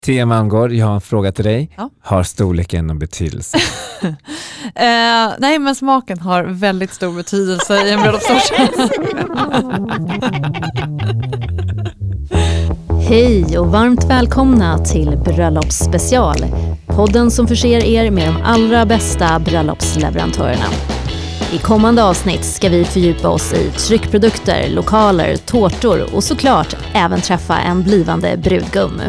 Thea Malmgård, jag har en fråga till dig. Ja. Har storleken någon betydelse? Nej, men smaken har väldigt stor betydelse i en bröllopstårta. Hej och varmt välkomna till Bröllopsspecial. Podden som förser er med de allra bästa bröllopsleverantörerna. I kommande avsnitt ska vi fördjupa oss i tryckprodukter, lokaler, tårtor och såklart även träffa en blivande brudgum.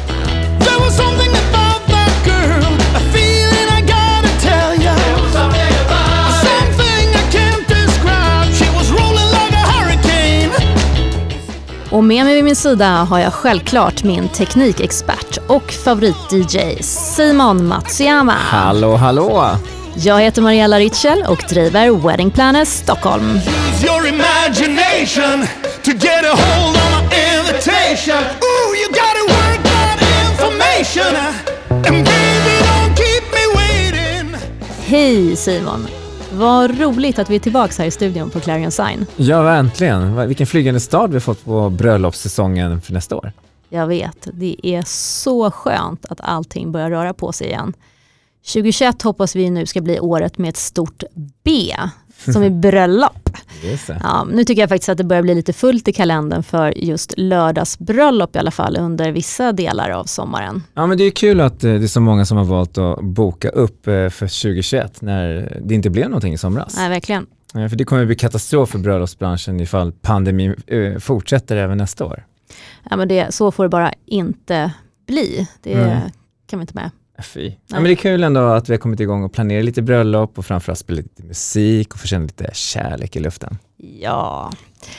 Och med mig vid min sida har jag självklart min teknikexpert och favorit-DJ Simon Matsuyama. Hallå, hallå! Jag heter Mariella Ritschel och driver Wedding Planner Stockholm. Your imagination to get a hold on my invitation. Ooh, you gotta work that information. And baby, don't keep me waiting. Hej Simon! Vad roligt att vi är tillbaka här i studion på Clarion Sign. Ja, verkligen. Vilken flygande start vi har fått på bröllopssäsongen för nästa år. Jag vet, det är så skönt att allting börjar röra på sig igen. 2021 hoppas vi nu ska bli året med ett stort B, som är bröllop. Just det. Ja, nu tycker jag faktiskt att det börjar bli lite fullt i kalendern för just lördagsbröllop i alla fall under vissa delar av sommaren. Ja, men det är kul att det är så många som har valt att boka upp för 2021 när det inte blev någonting i somras. Nej, verkligen. Ja, för det kommer att bli katastrof för bröllopsbranschen ifall pandemin fortsätter även nästa år. Ja, men så får det bara inte bli. Det kan vi inte med. Ja, men det är kul ändå att vi har kommit igång och planerat lite bröllop och framförallt spela lite musik och få känna lite kärlek i luften. Ja.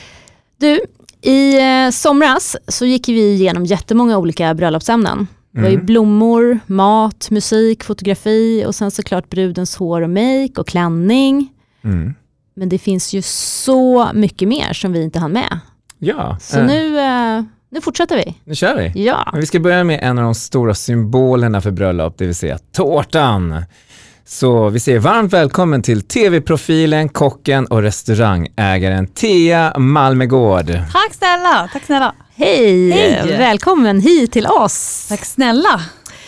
Du, i somras så gick vi igenom jättemånga olika bröllopsämnen. Det var ju blommor, mat, musik, fotografi och sen såklart brudens hår och make och klänning. Mm. Men det finns ju så mycket mer som vi inte hann med. Ja. Så nu fortsätter vi. Nu kör vi. Ja. Men vi ska börja med en av de stora symbolerna för bröllop, det vill säga tårtan. Så vi säger varmt välkommen till tv-profilen, kocken och restaurangägaren Thea Malmgård. Tack snälla. Hej, välkommen hit till oss. Tack snälla.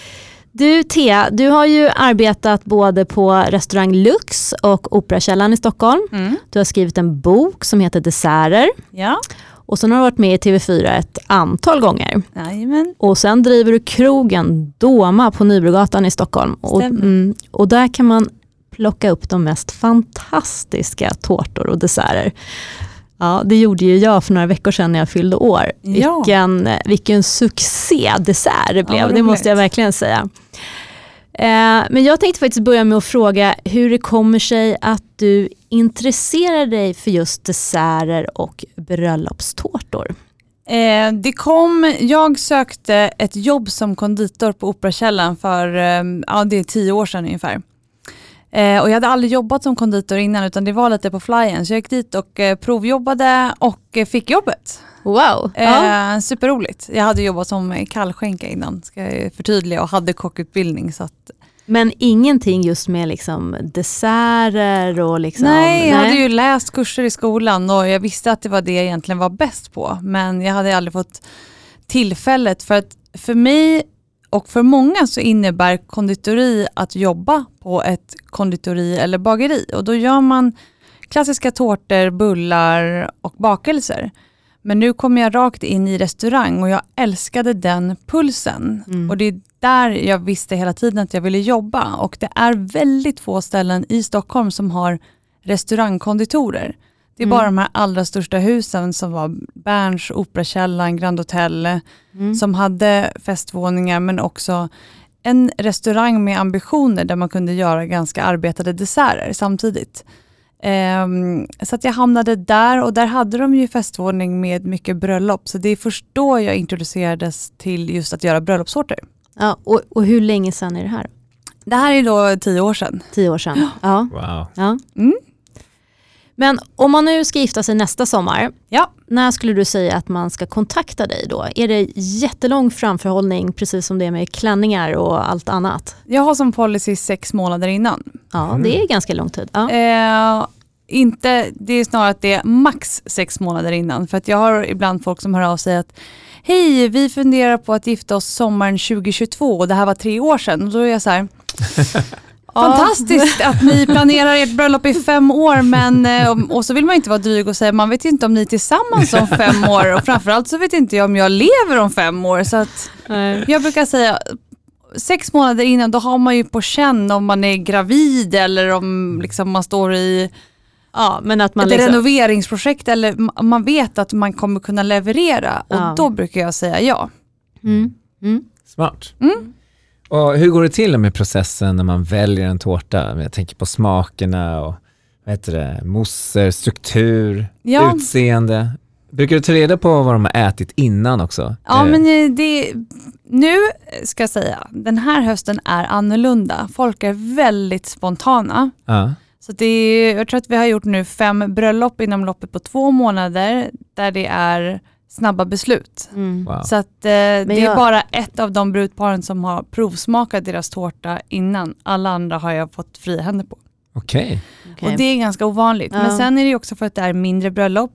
Du Thea, du har ju arbetat både på restaurang Lux och Operakällaren i Stockholm. Du har skrivit en bok som heter Desserter. Ja. Och sen har du varit med i TV4 ett antal gånger. Jajamän. Och sen driver du krogen Doma på Nybrogatan i Stockholm. Och där kan man plocka upp de mest fantastiska tårtor och desserter. Ja, det gjorde ju jag för några veckor sedan när jag fyllde år. Ja. Vilken succédessert det blev, det måste jag verkligen säga. Men jag tänkte faktiskt börja med att fråga hur det kommer sig att du intresserar dig för just desserter och bröllopstårtor. Jag sökte ett jobb som konditor på Operakällaren för det är 10 år sedan ungefär. Och jag hade aldrig jobbat som konditor innan utan det var lite på flyen. Så jag gick dit och provjobbade och fick jobbet. Wow. Superroligt. Jag hade jobbat som kallskänka innan, ska jag förtydliga, och hade kockutbildning. Så att... Men ingenting just med liksom desserter och liksom... Nej, jag hade ju läst kurser i skolan och jag visste att det var det jag egentligen var bäst på. Men jag hade aldrig fått tillfället för att för mig och för många så innebär konditori att jobba på ett konditori eller bageri. Och då gör man klassiska tårtor, bullar och bakelser. Men nu kommer jag rakt in i restaurang och jag älskade den pulsen. Och det är där jag visste hela tiden att jag ville jobba. Och det är väldigt få ställen i Stockholm som har restaurangkonditorer. Det är bara de här allra största husen som var Berns, Operakällaren, Grand Hotel som hade festvåningar men också en restaurang med ambitioner där man kunde göra ganska arbetade desserter samtidigt. Så att jag hamnade där och där hade de ju festvåning med mycket bröllop. Så det är först då jag introducerades till just att göra bröllopstårtor. Ja, och hur länge sedan är det här? Det här är då 10 år sedan. 10 år sedan, ja. Wow. Ja. Men om man nu ska gifta sig nästa sommar, när skulle du säga att man ska kontakta dig då? Är det jättelång framförhållning precis som det är med klänningar och allt annat? Jag har som policy 6 månader innan. Ja, det är ganska lång tid. Ja. det är snarare att det är max 6 månader innan. För att jag har ibland folk som hör av sig att hej, vi funderar på att gifta oss sommaren 2022 och det här var 3 år sedan. Och då är jag så här, fantastiskt att ni planerar ert bröllop i 5 år, men och så vill man inte vara dryg och säga, man vet inte om ni är tillsammans om 5 år och framförallt så vet inte jag om jag lever om 5 år. Så att jag brukar säga 6 månader innan, då har man ju på känn om man är gravid eller om liksom man står i men att man ett liksom renoveringsprojekt eller man vet att man kommer kunna leverera och då brukar jag säga ja. Smart. Och hur går det till med processen när man väljer en tårta? Jag tänker på smakerna och mosser, struktur, utseende. Brukar du ta reda på vad de har ätit innan också? Ja, men nu ska jag säga, den här hösten är annorlunda. Folk är väldigt spontana. Ja. Så jag tror att vi har gjort nu 5 bröllop inom loppet på 2 månader där det är snabba beslut. Wow. Så att det är bara ett av de brudparen som har provsmakat deras tårta innan. Alla andra har jag fått fria händer på. Okej. Och det är ganska ovanligt. Men sen är det också för att det är mindre bröllop.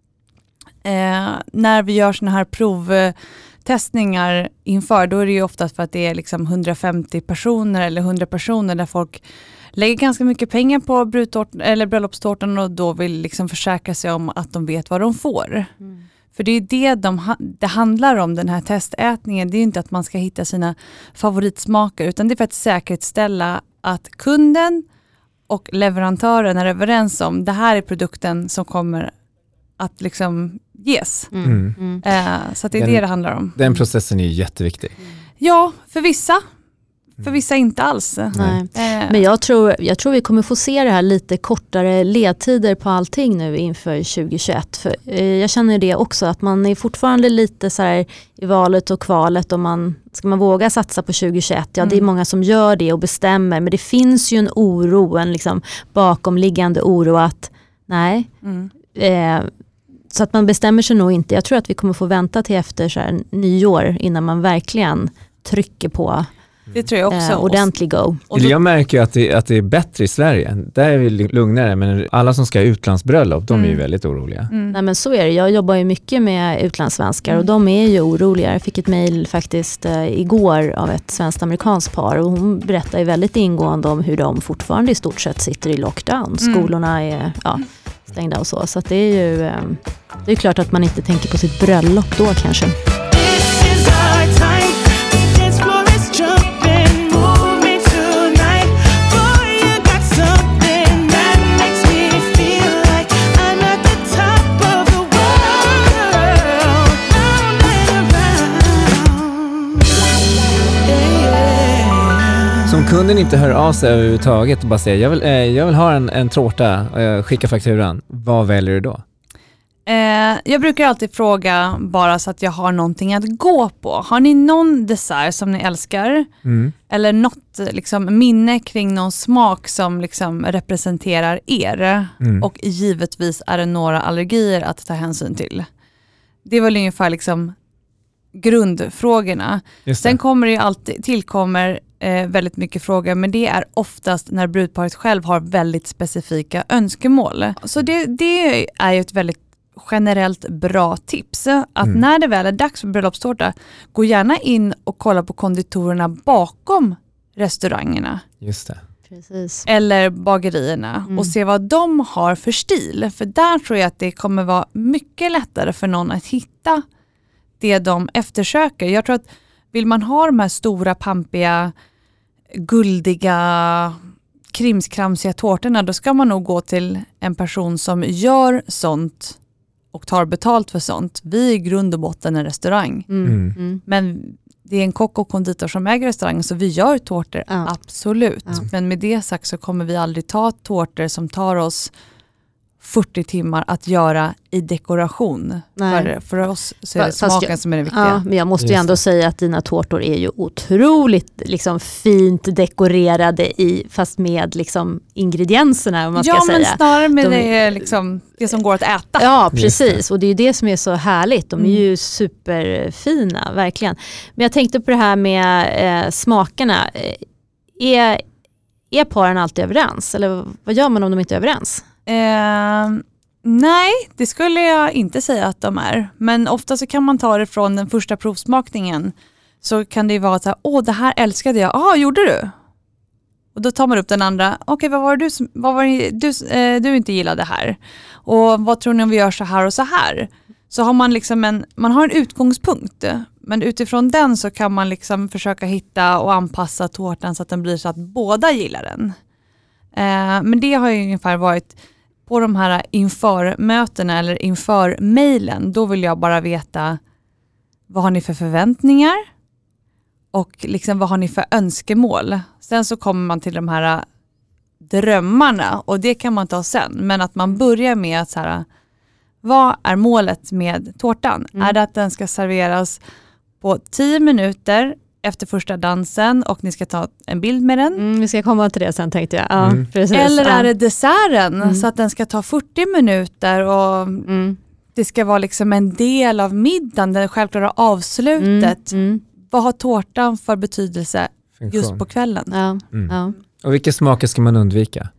När vi gör såna här provtestningar inför, då är det ju oftast för att det är liksom 150 personer eller 100 personer där folk lägger ganska mycket pengar på bröllopstårtan och då vill liksom försäkra sig om att de vet vad de får. För det är det det handlar om, den här testätningen. Det är inte att man ska hitta sina favoritsmaker, utan det är för att säkerställa att kunden och leverantören är överens om det här är produkten som kommer att liksom ges. Så att det är det handlar om. Den processen är ju jätteviktig. Ja, för vissa. För vissa inte alls. Nej. Men jag tror vi kommer få se det här lite kortare ledtider på allting nu inför 2021. För jag känner det också, att man är fortfarande lite så här i valet och kvalet. Ska man våga satsa på 2021? Ja, det är många som gör det och bestämmer. Men det finns ju en oro, en liksom bakomliggande oro att nej. Så att man bestämmer sig nog inte. Jag tror att vi kommer få vänta till efter så här nyår innan man verkligen trycker på. Det tror jag också. Ordentlig go. Jag märker ju att det är bättre i Sverige. Där är vi lugnare, men alla som ska ha utlandsbröllop, de är ju väldigt oroliga. Nej, men så är det. Jag jobbar ju mycket med utlandssvenskar och de är ju oroliga. Jag fick ett mejl faktiskt igår av ett svenskt-amerikanskt par och hon berättar ju väldigt ingående om hur de fortfarande i stort sett sitter i lockdown. Skolorna är stängda och så. Så att det är ju det är klart att man inte tänker på sitt bröllop då kanske. Som kunden inte hör av sig överhuvudtaget och bara säger jag vill ha en tårta och skicka fakturan. Vad väljer du då? Jag brukar alltid fråga bara så att jag har någonting att gå på. Har ni någon dessert som ni älskar? Eller något liksom, minne kring någon smak som liksom, representerar er? Och givetvis är det några allergier att ta hänsyn till. Det är väl ungefär liksom, grundfrågorna. Sen kommer det ju alltid tillkommer väldigt mycket frågor, men det är oftast när brudparet själv har väldigt specifika önskemål. Så det är ju ett väldigt generellt bra tips att när det väl är dags för bröllopstårta, gå gärna in och kolla på konditorerna bakom restaurangerna. Just det. Precis. Eller bagerierna och se vad de har för stil. För där tror jag att det kommer vara mycket lättare för någon att hitta det de eftersöker. Jag tror att vill man ha de här stora, pampiga, guldiga, krimskramsiga tårtorna, då ska man nog gå till en person som gör sånt och tar betalt för sånt. Vi är i grund och botten en restaurang. Men det är en kock och konditor som äger restaurangen, så vi gör tårtor, absolut. Men med det sagt så kommer vi aldrig ta tårtor som tar oss 40 timmar att göra i dekoration. För oss så är det smaken som är det viktiga. Ja, men jag måste ju ändå säga att dina tårtor är ju otroligt liksom, fint dekorerade fast med liksom, ingredienserna, om man ska säga. Ja, men snarare med det, liksom, det som går att äta. Ja, precis. Och det är ju det som är så härligt. De är ju superfina, verkligen. Men jag tänkte på det här med smakerna. är paren alltid överens? Eller vad gör man om de inte är överens? Nej, det skulle jag inte säga att de är. Men ofta så kan man ta det från den första provsmakningen. Så kan det ju vara så här, det här älskade jag. Gjorde du? Och då tar man upp den andra. Okej, vad var det du inte gillade här? Och vad tror ni om vi gör så här och så här? Så har man liksom man har en utgångspunkt. Men utifrån den så kan man liksom försöka hitta och anpassa tårtan så att den blir så att båda gillar den. Men det har ju ungefär varit på de här införmötena eller inför-mailen. Då vill jag bara veta, vad har ni för förväntningar? Och liksom, vad har ni för önskemål? Sen så kommer man till de här drömmarna och det kan man ta sen. Men att man börjar med att så här, vad är målet med tårtan? Är det att den ska serveras på 10 minuter efter första dansen och ni ska ta en bild med den? Vi ska komma till det sen, tänkte jag. Ja, precis. Eller är det desserten så att den ska ta 40 minuter och det ska vara liksom en del av middagen, det självklara avslutet. Vad har tårtan för betydelse just på kvällen? Ja. Och vilka smaker ska man undvika?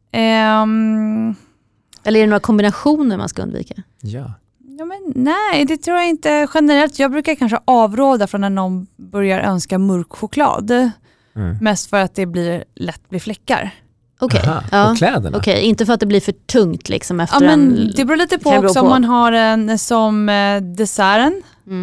Eller är det några kombinationer man ska undvika? Ja. Ja, men nej, det tror jag inte generellt. Jag brukar kanske avråda från när någon börjar önska mörk choklad. Mest för att det lätt blir fläckar. Okej. Och kläderna? Okej, inte för att det blir för tungt liksom efter men det beror lite på också om man har en som desserten.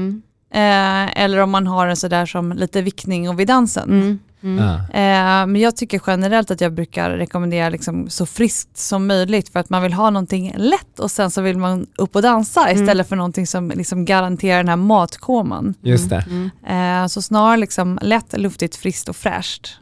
Eller om man har en sådär som lite vickning och vid dansen. Men jag tycker generellt att jag brukar rekommendera liksom så friskt som möjligt för att man vill ha någonting lätt och sen så vill man upp och dansa istället för någonting som liksom garanterar den här matkoman. Just det. Så snarare liksom lätt, luftigt, friskt och fräscht.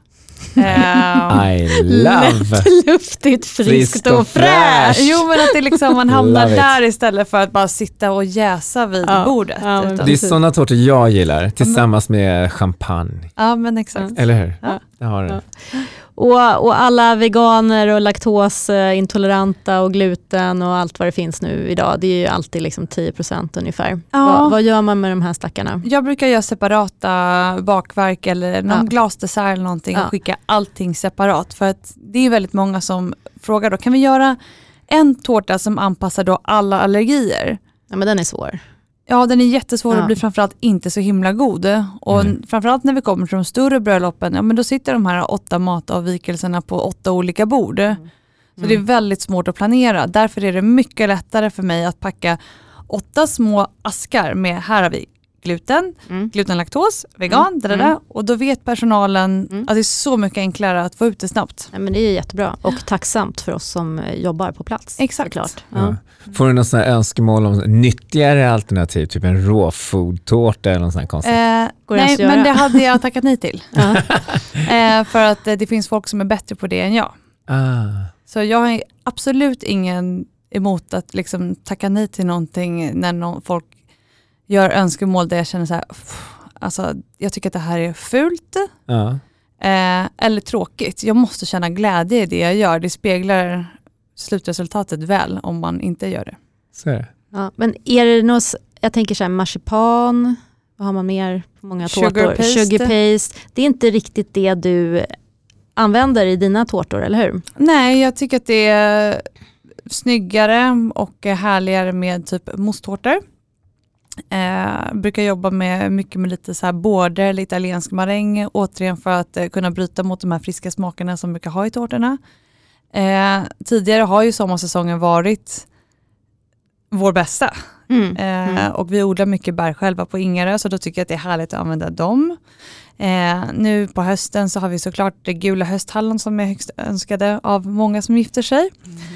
I love luftigt, friskt och fräscht. Jo, men att det liksom, man hamnar där istället för att bara sitta och jäsa vid bordet. Det är sådana tårtor jag gillar tillsammans med champagne. Ja, men exakt. Eller hur? Ja. Det har det. Och alla veganer och laktosintoleranta och gluten och allt vad det finns nu idag, det är ju alltid liksom 10% ungefär. Vad gör man med de här stackarna? Jag brukar göra separata bakverk eller någon glasdessert eller någonting och skicka allting separat. För att det är väldigt många som frågar då, kan vi göra en tårta som anpassar då alla allergier? Ja, men den är svår. Ja, den är jättesvår och blir framförallt inte så himla god. Och framförallt när vi kommer till de större bröllopen, men då sitter de här 8 matavvikelserna på 8 olika bord. Så det är väldigt svårt att planera. Därför är det mycket lättare för mig att packa 8 små askar med, här har vi gluten, glutenlaktos, vegan, och då vet personalen att det är så mycket enklare att få ut det snabbt. Ja, men det är jättebra och tacksamt för oss som jobbar på plats. Exakt. Klart. Ja. Får du någon sån här önskemål om nyttigare alternativ, typ en råfood-tårta eller något sånt här konstigt? Nej, men det hade jag tackat nej till. För att det finns folk som är bättre på det än jag. Så jag har absolut ingen emot att liksom tacka nej till någonting när folk gör önskemål där jag känner så här, alltså jag tycker att det här är fult eller tråkigt. Jag måste känna glädje i det jag gör. Det speglar slutresultatet väl om man inte gör det. Så är det. Ja, men är det något, jag tänker så här, marsipan, vad har man mer på många tårtor? Sugar paste. Det är inte riktigt det du använder i dina tårtor, eller hur? Nej, jag tycker att det är snyggare och härligare med typ mosttårtor. Brukar jobba mycket med lite så här border, lite italiensk maräng, återigen för att kunna bryta mot de här friska smakerna som brukar ha i tårtorna. Tidigare har ju sommarsäsongen varit vår bästa. Och vi odlar mycket bär själva på Ingarö, så då tycker jag att det är härligt att använda dem. Nu på hösten så har vi såklart det gula hösthallon som är högst önskade av många som gifter sig.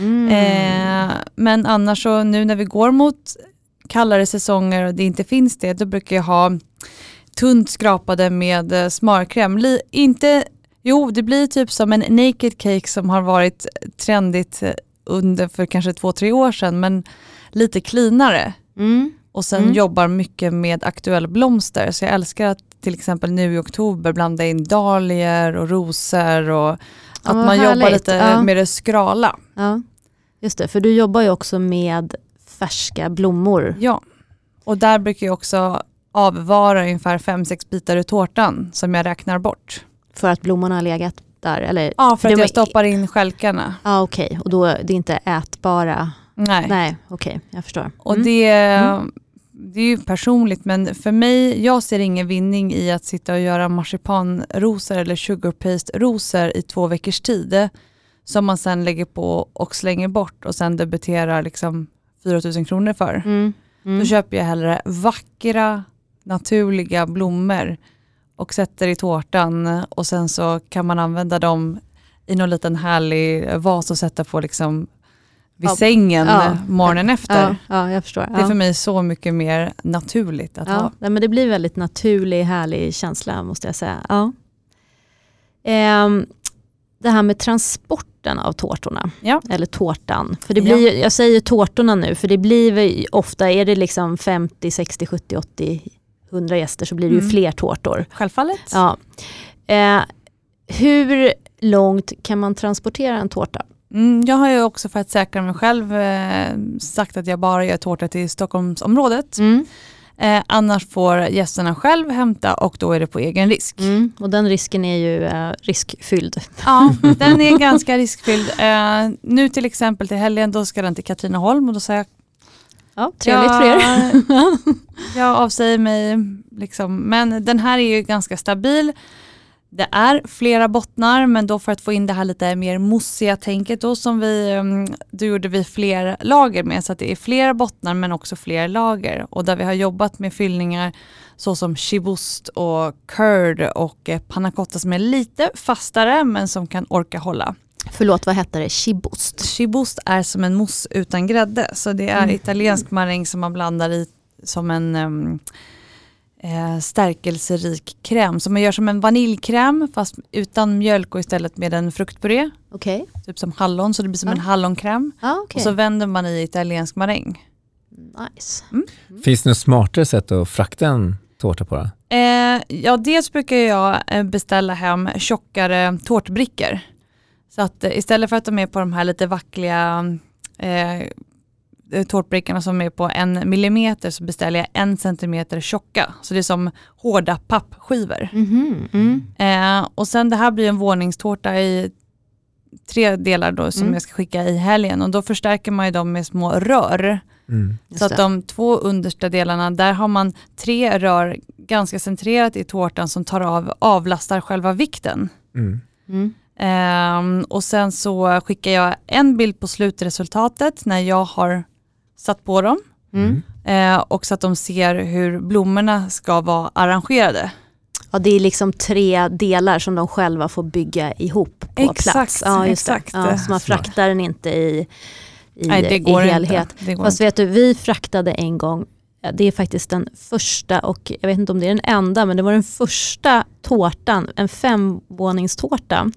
Men annars så nu när vi går mot kallare säsonger och det inte finns det, då brukar jag ha tunt skrapade med smörkräm. Det blir typ som en naked cake som har varit trendigt för kanske 2-3 år sedan, men lite cleanare. Och sen jobbar mycket med aktuell blomster, så jag älskar att till exempel nu i oktober blanda in dahlior och rosor och att man jobbar lite med det skrala. Ja, just det, för du jobbar ju också med färska blommor. Ja, och där brukar jag också avvara ungefär 5-6 bitar ur tårtan som jag räknar bort. För att blommorna har legat där? Eller? Ja, för att det jag stoppar in stjälkarna. Ja, okej. Och då det är inte ätbara? Nej. Nej, okej. Jag förstår. Och det är ju personligt, men för mig, jag ser ingen vinning i att sitta och göra marsipanrosor eller sugar paste rosor i 2 veckors tid som man sen lägger på och slänger bort och sen debiterar liksom 4 000 kronor för. Då köper jag hellre vackra, naturliga blommor och sätter i tårtan och sen så kan man använda dem i någon liten härlig vas och sätta på liksom vid sängen morgonen efter. Ja, jag förstår. Det är för mig så mycket mer naturligt att ha. Nej, men det blir väldigt naturlig, härlig känsla måste jag säga. Ja. Det här med transporten av tårtorna, eller tårtan. För det blir jag säger tårtorna nu, för det blir ofta, är det liksom 50, 60, 70, 80, 100 gäster så blir det ju fler tårtor. Självfallet. Ja. Hur långt kan man transportera en tårta? Jag har ju också för att säkra mig själv sagt att jag bara gör tårta till Stockholmsområdet. Annars får gästerna själv hämta och då är det på egen risk. Och den risken är ju riskfylld. Ja, den är ganska riskfylld. Nu till exempel till helgen, då ska den till Katrineholm och då säger jag trevligt för er. Jag avsäger mig liksom, men den här är ju ganska stabil. Det är flera bottnar, men då för att få in det här lite mer mossiga tänket då som då gjorde vi fler lager med, så att det är flera bottnar men också fler lager, och där vi har jobbat med fyllningar såsom chiboust och curd och panna cotta som är lite fastare men som kan orka hålla. Förlåt, vad heter det? Chiboust? Chiboust är som en mousse utan grädde, så det är italiensk maräng som man blandar i som en stärkelserik kräm som man gör som en vaniljkräm fast utan mjölk och istället med en fruktpuré. Okej. Typ som hallon, så det blir som en hallonkräm. Och så vänder man i italiensk maräng. Nice. Finns det något smartare sätt att frakta en tårta på det? Dels brukar jag beställa hem tjockare tårtbrickor. Så att istället för att de är på de här lite vackliga tårtbrickorna som är på 1 millimeter så beställer jag 1 centimeter tjocka. Så det är som hårda pappskivor. Och sen det här blir en våningstårta i 3 delar då som jag ska skicka i helgen. Och då förstärker man ju dem med små rör. Så att de 2 understa delarna, där har man 3 rör ganska centrerat i tårtan som avlastar själva vikten. Och sen så skickar jag en bild på slutresultatet när jag har satt på dem. Och så att de ser hur blommorna ska vara arrangerade. Ja, det är liksom 3 delar som de själva får bygga ihop på plats. Ja, just exakt. Ja, så man fraktar den inte i det går helhet. Inte. Det går Fast vet du, vi fraktade en gång, det är faktiskt den första, och jag vet inte om det är den enda, men det var den första tårtan, en 5-våningstårta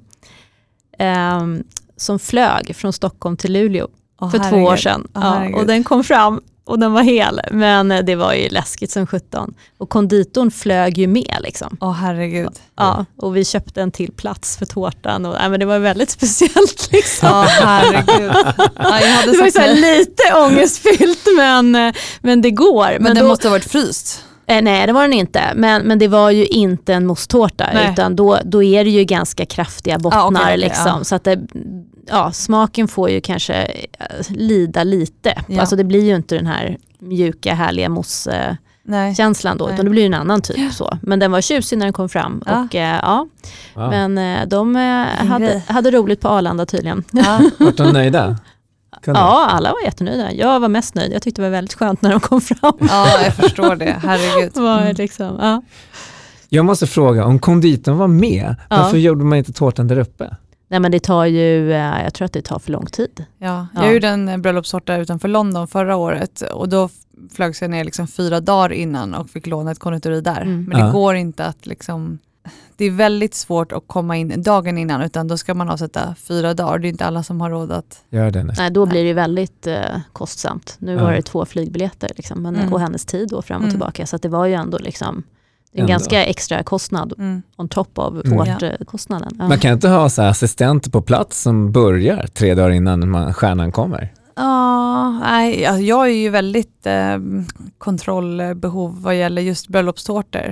som flög från Stockholm till Luleå för 2 år sedan. Och den kom fram och den var hel, men det var ju läskigt som 17. Och konditorn flög ju med liksom. Herregud. Ja, och vi köpte en till plats för tårtan och men det var väldigt speciellt liksom. Herregud. Det var ju så här lite ångestfyllt, men det går. Men den måste ha varit fryst. Nej, det var den inte. Men det var ju inte en mosttårta, utan då är det ju ganska kraftiga bottnar liksom. Så att smaken får ju kanske lida lite. Alltså det blir ju inte den här mjuka, härliga mousse-känslan då, utan det blir ju en annan typ så. Men den var tjusig när den kom fram. Och men de hade roligt på Arlanda tydligen. Vart de nöjda? Ja, alla var jättenöjda. Jag var mest nöjd. Jag tyckte det var väldigt skönt när de kom fram. Ja, jag förstår det. Herregud. Liksom, Jag måste fråga, om konditorn var med, varför gjorde man inte tårtan där uppe? Nej, men det tar ju, jag tror att det tar för lång tid. Ja, jag gjorde en bröllopstårta utanför London förra året och då flög jag ner liksom 4 dagar innan och fick låna ett konditori där. Men det går inte att liksom, det är väldigt svårt att komma in dagen innan, utan då ska man avsätta 4 dagar. Det är inte alla som har råd att göra det. Nej, då blir det väldigt kostsamt. Nu var det 2 flygbiljetter liksom, och hennes tid då fram och tillbaka. Så att det var ju ändå liksom en ganska extra kostnad on top av vårdkostnaden. Man kan inte ha så här assistenter på plats som börjar 3 dagar innan stjärnan kommer? Nej, jag är ju väldigt kontrollbehov vad gäller just bröllopstårtor.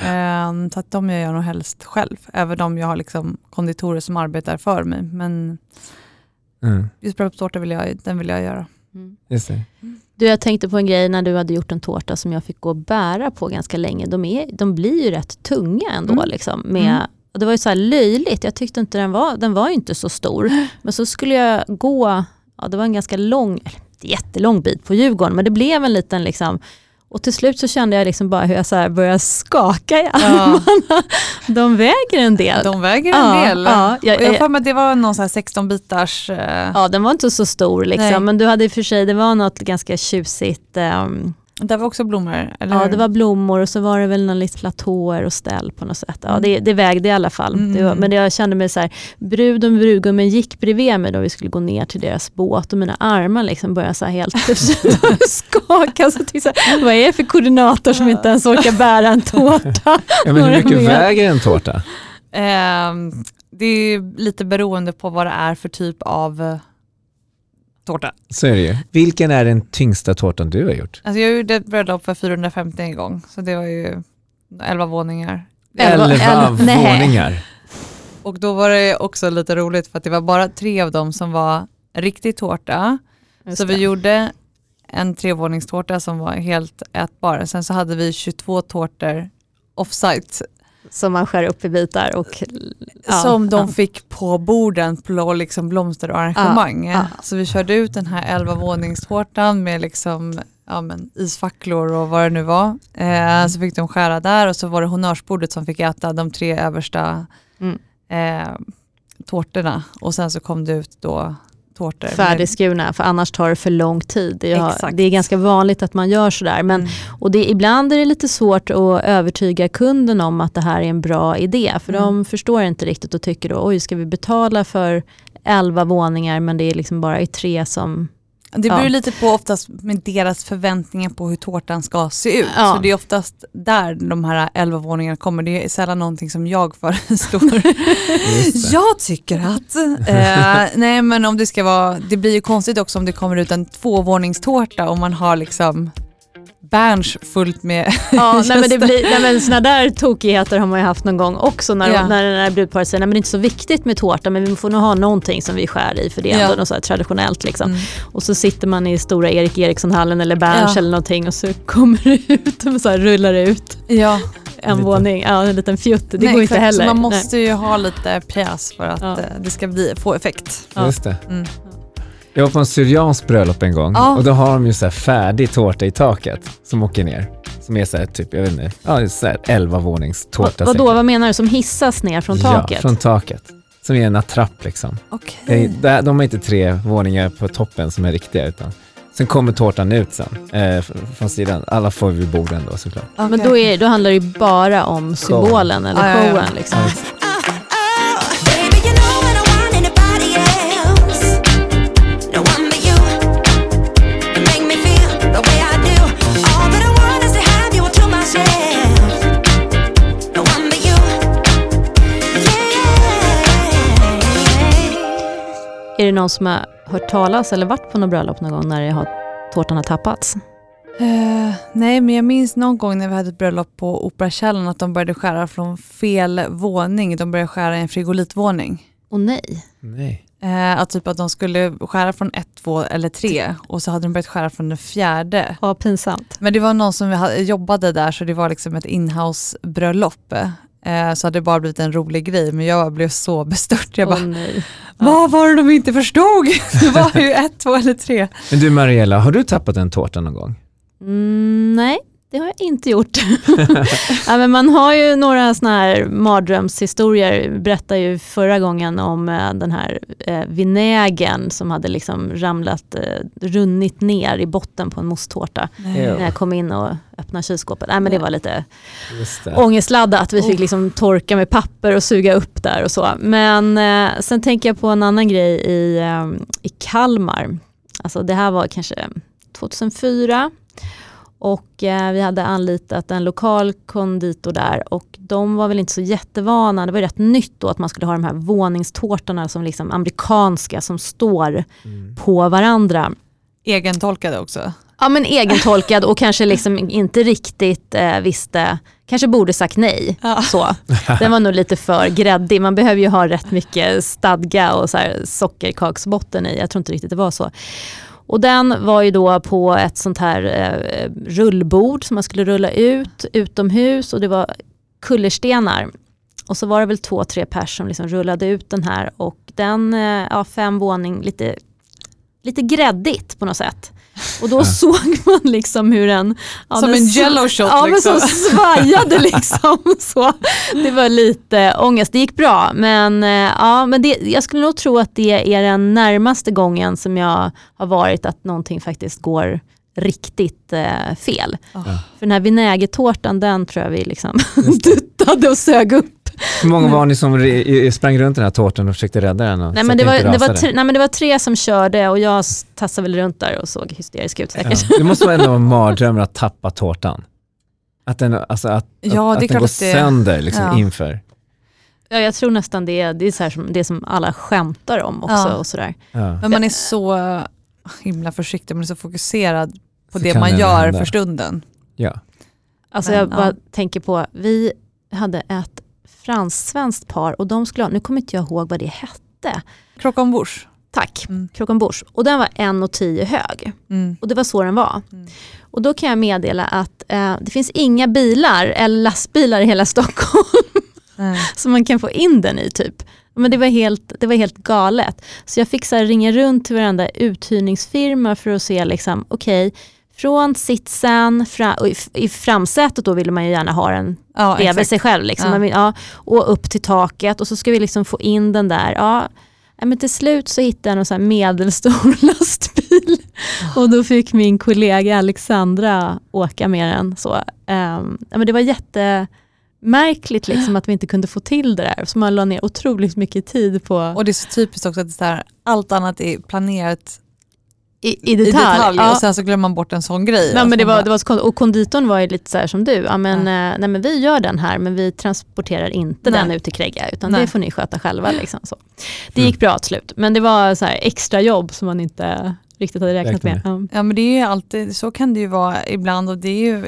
Så att de gör jag nog helst själv. Även om jag har liksom konditorer som arbetar för mig. Men just bröllopstårta vill jag göra. Just det. Du, jag tänkte på en grej när du hade gjort en tårta som jag fick gå och bära på ganska länge. De blir ju rätt tunga ändå. Liksom, och det var ju så här löjligt. Jag tyckte inte den var ju inte så stor. Men så skulle jag gå, det var en ganska jättelång bit på Djurgården. Men det blev en liten liksom. Och till slut så kände jag liksom bara hur jag så här började skaka i armarna. De väger en del. De väger en del. Ja, jag får med det var någon så här 16 bitars. Ja, den var inte så stor liksom. Nej. Men du hade i och för sig, det var något ganska tjusigt. Det var också blommor, eller? Ja, det var blommor och så var det väl någon lite platåer och ställ på något sätt. Ja, det vägde i alla fall. Men jag kände mig så här, bruden och brudgummen gick bredvid mig då vi skulle gå ner till deras båt och mina armar liksom började så här helt skaka. Så jag tänkte, vad är det för koordinator som inte ens orkar bära en tårta? Ja, men hur mycket väger en tårta? Det är lite beroende på vad det är för typ av tårta. Så är det ju. Vilken är den tyngsta tårtan du har gjort? Alltså jag gjorde ett bröllop för 450 en gång. Så det var ju 11 våningar. 11 våningar. Och då var det också lite roligt för att det var bara 3 av dem som var riktigt tårta. Så vi gjorde en 3-våningstårta som var helt ätbar. Sen så hade vi 22 tårtor offsite. Som man skär upp i bitar. Och, som de fick på borden på liksom blomster och arrangemang. Så vi körde ut den här 11-våningstårtan med liksom, isfacklor och vad det nu var. Så fick de skära där och så var det honnörsbordet som fick äta de 3 översta tårtorna. Och sen så kom det ut då tårtor. Färdigskurna, för annars tar det för lång tid. Det är ganska vanligt att man gör sådär. Men, och ibland är det lite svårt att övertyga kunden om att det här är en bra idé. För de förstår inte riktigt och tycker då, oj, ska vi betala för 11 våningar men det är liksom bara 3 som... Det beror lite på oftast med deras förväntningar på hur tårtan ska se ut. Så det är oftast där de här 11 våningarna kommer. Det är sällan någonting som jag föreslår. Jag tycker att... nej, men om det ska vara... Det blir ju konstigt också om det kommer ut en 2-våningstårta och man har liksom... Berns fullt med men såna där tokigheter har man ju haft någon gång också när den här brudparet säger, nej men det är inte så viktigt med tårta men vi får nog ha någonting som vi skär i för det är ändå något så här traditionellt liksom. Och så sitter man i stora Erik Eriksson-hallen eller Berns eller någonting och så kommer det ut och så här rullar det ut en våning, en liten fjutt, det går inte heller. Så man måste ju ha lite pjäs för att det ska få effekt. Just det. Jag var på en syriansk bröllop en gång och då har de ju så här färdig tårta i taket som åker ner. Som är så här typ, jag vet inte, så här 11-våningstårta. Vad menar du? Som hissas ner från taket? Ja, från taket. Som är en attrapp liksom. Okay. De har inte 3 våningar på toppen som är riktiga utan sen kommer tårtan ut sen från sidan. Alla får vid borden då såklart. Okay. Men då handlar det ju bara om symbolen eller showen liksom. Är det någon som har hört talas eller varit på något bröllop någon gång när tårtan har tappats? Nej, men jag minns någon gång när vi hade ett bröllop på Operakällaren att de började skära från fel våning. De började skära i en frigolitvåning. Åh nej. Att de skulle skära från 1, 2 eller 3 och så hade de börjat skära från den 4. Ja, pinsamt. Men det var någon som jobbade där så det var liksom ett in-house-bröllop. Så hade det bara blivit en rolig grej men jag blev så bestört. Jag bara, vad var det de inte förstod? Det var ju 1, 2 eller 3. Men du Mariella, har du tappat en tårta någon gång? Nej, det har jag inte gjort. Men man har ju några såna här mardrömshistorier. Berättade ju förra gången om den här vinägen som hade liksom runnit ner i botten på en mosttårta. När jag kom in och öppnade kylskåpet. Men det var lite ångestladdat. Vi fick liksom torka med papper och suga upp där och så. Men sen tänker jag på en annan grej i Kalmar. Alltså det här var kanske 2004. Och vi hade anlitat en lokal konditor där och de var väl inte så jättevana. Det var rätt nytt då att man skulle ha de här våningstårtorna som liksom amerikanska som står på varandra. Egentolkade också? Ja, men egentolkad och kanske liksom inte riktigt visste kanske borde sagt nej. Ja. Så. Den var nog lite för gräddig. Man behöver ju ha rätt mycket stadga och så här sockerkaksbotten i. Jag tror inte riktigt det var så. Och den var ju då på ett sånt här rullbord som man skulle rulla ut utomhus, och det var kullerstenar. Och så var det väl 2-3 personer som liksom rullade ut den här, och den 5 våning, lite gräddigt på något sätt. Och då såg man liksom hur den... Som en jello shot ja, liksom. Men så svajade liksom. Så. Det var lite ångest. Det gick bra, men, men jag skulle nog tro att det är den närmaste gången som jag har varit att någonting faktiskt går riktigt fel. För den här vinägertårtan, den tror jag vi liksom duttade och sög upp. Hur många var ni som sprang runt den här tårtan och försökte rädda den? Nej, men det var 3 som körde, och jag tassade väl runt där och såg hysterisk ut säkert. Ja. Det måste vara en av mardrömmar att tappa tårtan. Att den, alltså att den går sönder liksom inför. Ja, jag tror nästan det är så här som det som alla skämtar om också. Och sådär. Ja. Men man är så himla försiktig, man är så fokuserad på Så det kan man det gör hända. för stunden. Ja. Alltså Men, jag bara tänker på, vi hade ett fransk-svenskt par, och de skulle ha, nu kommer inte jag ihåg vad det hette. Crocon Bouche. Tack, Crocon Bouche. Och den var 1,10 hög. Och det var så den var. Och då kan jag meddela att det finns inga bilar eller lastbilar i hela Stockholm som man kan få in den i typ. Men det var helt galet. Så jag fick så här ringa runt till varenda uthyrningsfirma för att se liksom, okej, från sitsen i framsätet då ville man ju gärna ha den bredvid sig själv liksom. Och upp till taket, och så ska vi liksom få in den där. Men till slut så hittade jag en sån här medelstor lastbil, och då fick min kollega Alexandra åka med den. Så, men det var jättemärkligt liksom, att vi inte kunde få till det där, så man la ner otroligt mycket tid på. Och det är så typiskt också att det är så här, allt annat är planerat i detalj. Och sen så glömmer man bort en sån grej. Nej, men det var så konstigt. Och konditorn var ju lite så här som du. Nej, men vi gör den här, men vi transporterar inte den ut till Kregga, utan det får ni sköta själva. Liksom, så. Det gick bra till slut. Men det var så här extra jobb som man inte riktigt hade räknat med. Ja, men det är ju alltid, så kan det ju vara ibland, och det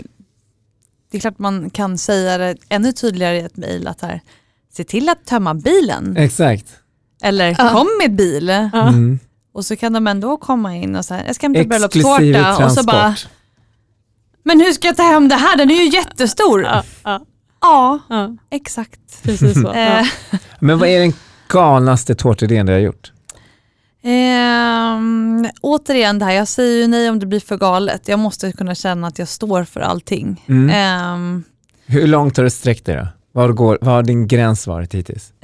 är klart man kan säga det ännu tydligare i ett mejl att här, se till att tömma bilen. Exakt. Eller kom med bil. Och så kan de ändå komma in och säga, jag ska hämta bröllopstårta, och så bara, men hur ska jag ta hem det här? Den är ju jättestor. Ja, exakt. Precis så. Men vad är den galnaste tårtidén du har gjort? Återigen det här, jag säger ju nej om det blir för galet. Jag måste kunna känna att jag står för allting. Hur långt har du sträckt dig då? Vad har din gräns varit hittills?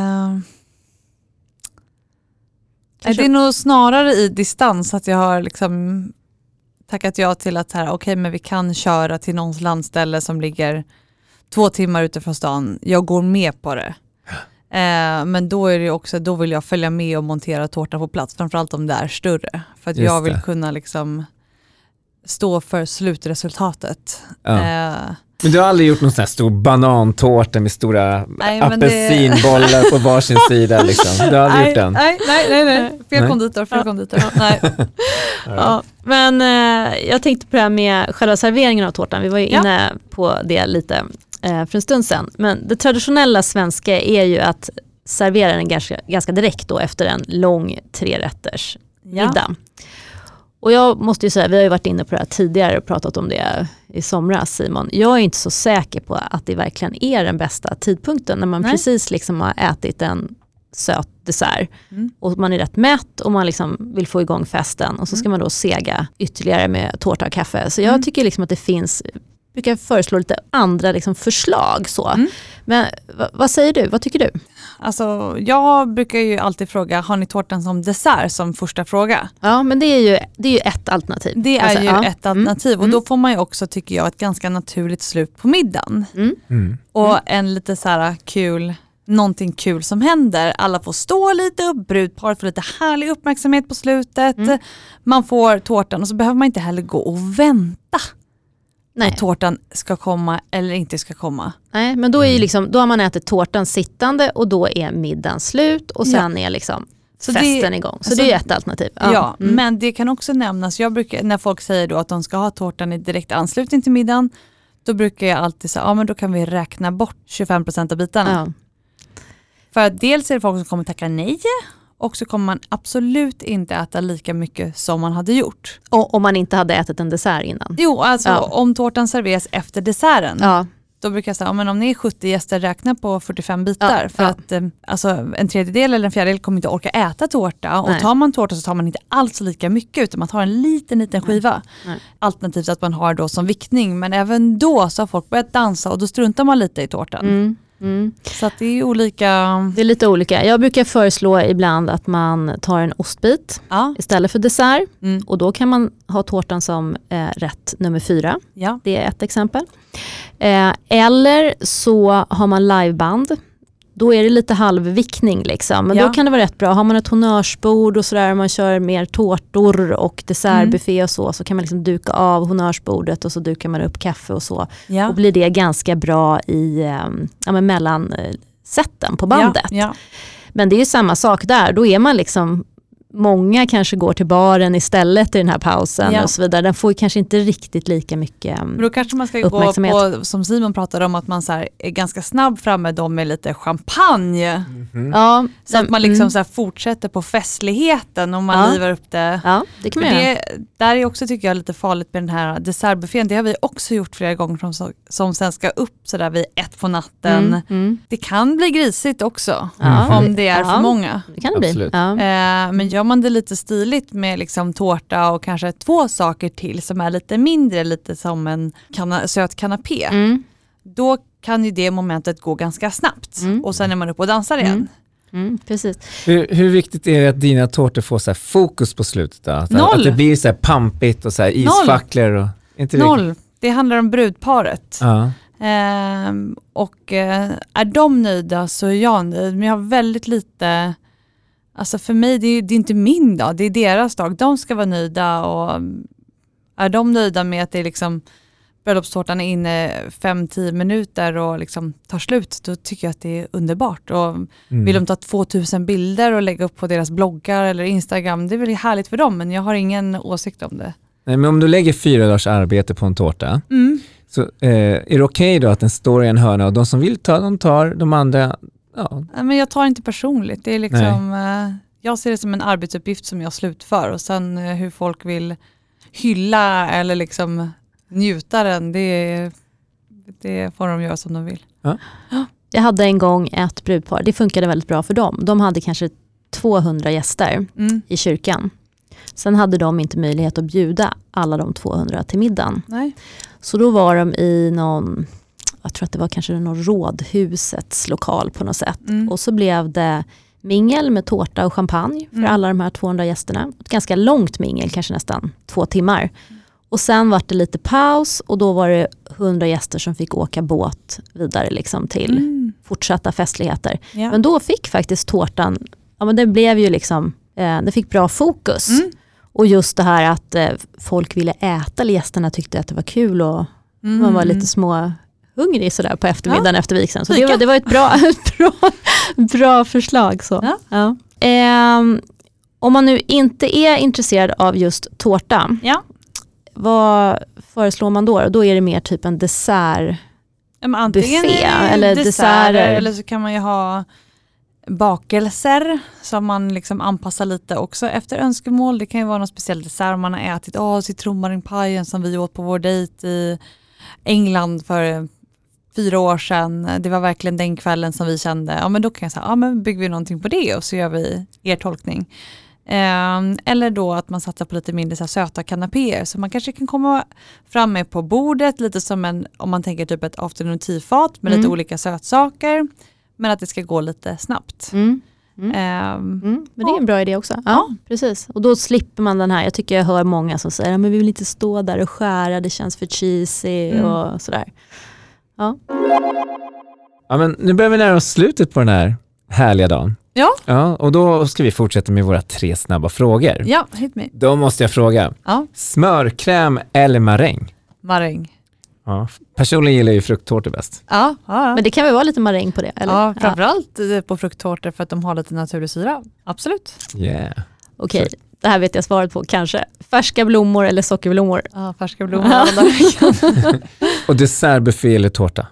Det är nog snarare i distans att jag har liksom tackat ja till att okej, men vi kan köra till någons landställe som ligger 2 timmar utifrån stan. Jag går med på det. Men då är det också, då vill jag följa med och montera tårtan på plats, framförallt om det är större. För att jag vill kunna liksom stå för slutresultatet. Men du har aldrig gjort någon sån här stor banantårta med stora apelsinbollar på varsin sida liksom. Du har aldrig gjort den? Nej. Fel konditor. Nej. Men jag tänkte på det här med själva serveringen av tårtan. Vi var ju inne på det lite för en stund sedan. Men det traditionella svenska är ju att servera den ganska direkt då efter en lång 3-rätters middag. Och jag måste ju säga, vi har ju varit inne på det här tidigare och pratat om det i somras, Simon. Jag är inte så säker på att det verkligen är den bästa tidpunkten när man precis liksom har ätit en söt dessert och man är rätt mätt och man liksom vill få igång festen, och så ska man då sega ytterligare med tårta och kaffe. Så jag tycker liksom att det finns, brukar föreslå lite andra liksom förslag så. Men vad säger du? Vad tycker du? Alltså, jag brukar ju alltid fråga, har ni tårtan som dessert som första fråga? Ja, men det är ju ett alternativ. Det är ju ett alternativ och då får man ju också, tycker jag, ett ganska naturligt slut på middagen. Och en lite så här kul, någonting kul som händer. Alla får stå lite upp, brudparet får lite härlig uppmärksamhet på slutet. Man får tårtan och så behöver man inte heller gå och vänta. Att tårtan ska komma eller inte ska komma. Nej, men då är ju liksom, då har man ätit tårtan sittande och då är middagen slut och sen är liksom festen igång. Så det är ju ett alternativ. Men det kan också nämnas, jag brukar, när folk säger då att de ska ha tårtan i direkt anslutning till middagen, då brukar jag alltid säga, men då kan vi räkna bort 25% av bitarna. Ja. För att dels är det folk som kommer tacka nej, och så kommer man absolut inte äta lika mycket som man hade gjort. Och om man inte hade ätit en dessert innan. Jo, alltså om tårtan serveras efter desserten. Ja. Då brukar jag säga, men om ni är 70 gäster, räkna på 45 bitar. För att alltså, en tredjedel eller en fjärdedel kommer inte orka äta tårta. Nej. Och tar man tårta så tar man inte alls lika mycket, utan man tar en liten skiva. Nej. Alternativt att man har då som viktning. Men även då så har folk börjat dansa och då struntar man lite i tårtan. Så att det är olika. Det är lite olika. Jag brukar föreslå ibland att man tar en ostbit istället för dessert. Och då kan man ha tårtan som rätt nummer 4. Ja. Det är ett exempel. Eller så har man liveband. Då är det lite halvviktning liksom. Men då kan det vara rätt bra. Har man ett honnörsbord och sådär, man kör mer tårtor och dessertbuffé och så kan man liksom duka av honnörsbordet och så dukar man upp kaffe och så. Ja. Och blir det ganska bra i mellan sätten på bandet. Ja. Men det är ju samma sak där. Då är man liksom, många kanske går till baren istället i den här pausen och så vidare. Den får ju kanske inte riktigt lika mycket Men då kanske man ska gå på, som Simon pratade om, att man så här är ganska snabb framme dem med lite champagne. Ja, så att man liksom så här fortsätter på festligheten och man livar upp det. Ja, det kan man göra. Där är också, tycker jag, lite farligt med den här dessertbuffén. Det har vi också gjort flera gånger som sen ska upp så där vid 1 på natten. Det kan bli grisigt också om det är för många. Det kan det bli. Ja. Men gör man det lite stiligt med liksom tårta och kanske 2 saker till som är lite mindre, lite som en söt kanapé, då kan ju det momentet gå ganska snabbt. Och sen är man uppe och dansar igen. Precis. Hur viktigt är det att dina tårtor får så här fokus på slutet då? Att det blir så här pampigt och så här isfacklor och inte 0. Det handlar om brudparet. Ja. Och är de nöjda så är jag nöjd. Men jag har väldigt lite. Alltså för mig, det är inte min dag, det är deras dag. De ska vara nöjda, och är de nöjda med att det är liksom bröllopstårtan är inne 5-10 minuter och liksom tar slut, då tycker jag att det är underbart. Och vill de ta 2000 bilder och lägga upp på deras bloggar eller Instagram, det är väl härligt för dem, men jag har ingen åsikt om det. Nej, men om du lägger 4 dagars arbete på en tårta, så är det okej då att den står i en hörna och de som vill ta, de tar, de andra. Ja. Men jag tar inte personligt. Det är liksom, jag ser det som en arbetsuppgift som jag slutför, och sen hur folk vill hylla eller liksom njuta den, det får de göra som de vill. Ja. Jag hade en gång ett brudpar, det funkade väldigt bra för dem. De hade kanske 200 gäster i kyrkan. Sen hade de inte möjlighet att bjuda alla de 200 till middagen. Nej. Så då var de i någon, jag tror att det var kanske någon rådhusets lokal på något sätt. Och så blev det mingel med tårta och champagne för alla de här 200 gästerna. Ett ganska långt mingel, kanske nästan 2 timmar. Och sen var det lite paus och då var det 100 gäster som fick åka båt vidare liksom till fortsatta festligheter. Ja. Men då fick faktiskt tårtan, men det blev ju liksom, det fick bra fokus. Och just det här att folk ville äta, eller gästerna tyckte att det var kul och man var lite små hungrig sådär på eftermiddagen efter vigseln. Så det var ett bra förslag. Så. Ja. Om man nu inte är intresserad av just tårta, vad föreslår man då? Då är det mer typ en dessert. Antingen buffé, eller desserter. Eller så kan man ju ha bakelser som man liksom anpassar lite också efter önskemål. Det kan ju vara någon speciell dessert om man har ätit citronmarinpajen som vi åt på vår dejt i England för 4 år sedan. Det var verkligen den kvällen som vi kände, men då kan jag säga, men bygger vi någonting på det och så gör vi er tolkning. Eller då att man satsar på lite mindre så här söta kanapéer, så man kanske kan komma fram med på bordet lite som om man tänker typ ett afternoon tea-fat med lite olika sötsaker, men att det ska gå lite snabbt. Men det är en bra idé också. Ja, precis. Och då slipper man den här, jag tycker jag hör många som säger, men vi vill inte stå där och skära, det känns för cheesy och sådär. Ja, men nu börjar vi nära oss slutet på den här härliga dagen. Ja, och då ska vi fortsätta med våra 3 snabba frågor. Ja, hit me. Då måste jag fråga. Smörkräm eller maräng? Maräng. Ja, personligen gillar ju frukttårtor bäst. Ja. Men det kan väl vara lite maräng på det? Eller? Ja, framförallt på frukttårtor för att de har lite naturlig syra. Absolut. Yeah. Okej. Det här vet jag svaret på kanske. Färska blommor eller sockerblommor? Ja, färska blommor. Och dessertbuffé eller tårta?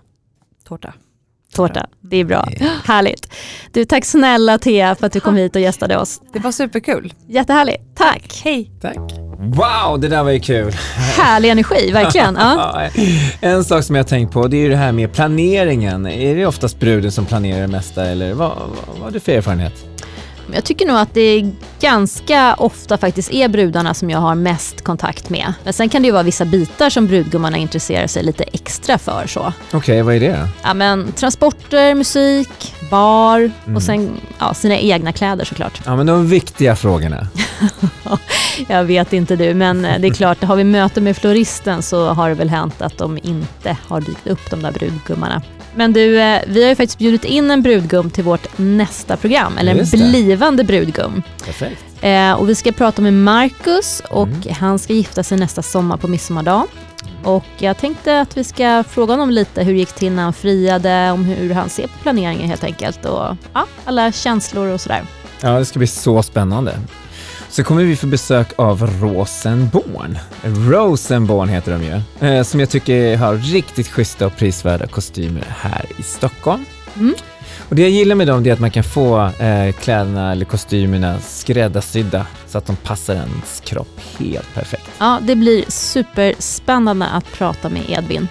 Tårta, det är bra. Härligt. Du, tack snälla Thea för att du kom hit och gästade oss. Det var superkul. Jättehärligt. Tack. Hej. Tack. Wow, det där var ju kul. Härlig energi, verkligen. Ja. En sak som jag har tänkt på, det är ju det här med planeringen. Är det oftast bruden som planerar det mesta eller vad har du för erfarenhet? Jag tycker nog att det ganska ofta faktiskt är brudarna som jag har mest kontakt med. Men sen kan det ju vara vissa bitar som brudgummarna intresserar sig lite extra för. Så. Okej, vad är det då? Ja, men transporter, musik, bar och sen sina egna kläder såklart. Ja, men de viktiga frågorna. Jag vet inte du, men det är klart, har vi möte med floristen så har det väl hänt att de inte har dykt upp, de där brudgummarna. Men du, vi har ju faktiskt bjudit in en brudgum till vårt nästa program, eller en blivande brudgum. Perfekt. Och vi ska prata med Marcus och han ska gifta sig nästa sommar på midsommardag. Och jag tänkte att vi ska fråga honom lite hur det gick till när han friade, om hur han ser på planeringen helt enkelt och alla känslor och sådär. Ja, det ska bli så spännande. Så kommer vi få besök av Rosenborn. Rosenborn heter de ju. Som jag tycker har riktigt schyssta och prisvärda kostymer här i Stockholm. Och det jag gillar med dem är att man kan få kläderna eller kostymerna skräddarsydda så att de passar ens kropp helt perfekt. Ja, det blir superspännande att prata med Edvin.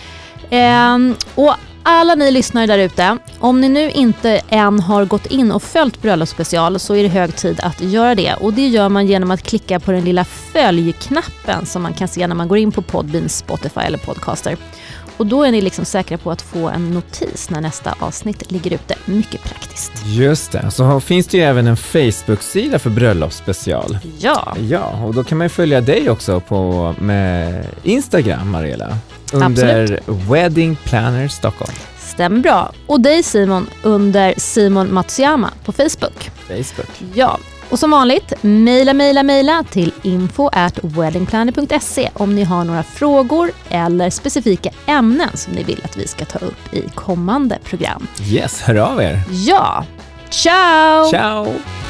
Och alla ni lyssnare där ute, om ni nu inte än har gått in och följt Bröllopsspecial så är det hög tid att göra det. Och det gör man genom att klicka på den lilla följknappen som man kan se när man går in på Podbean, Spotify eller Podcaster. Och då är ni liksom säkra på att få en notis när nästa avsnitt ligger ute. Mycket praktiskt. Just det. Så finns det ju även en Facebook-sida för Bröllopsspecial. Ja. Ja, och då kan man ju följa dig också med Instagram, Mariella. Under Wedding Planner Stockholm. Stämmer bra. Och dig Simon under Simon Matsuyama på Facebook. Ja. Och som vanligt, mejla till info@weddingplanner.se om ni har några frågor eller specifika ämnen som ni vill att vi ska ta upp i kommande program. Yes, hör av er. Ja, ciao! Ciao!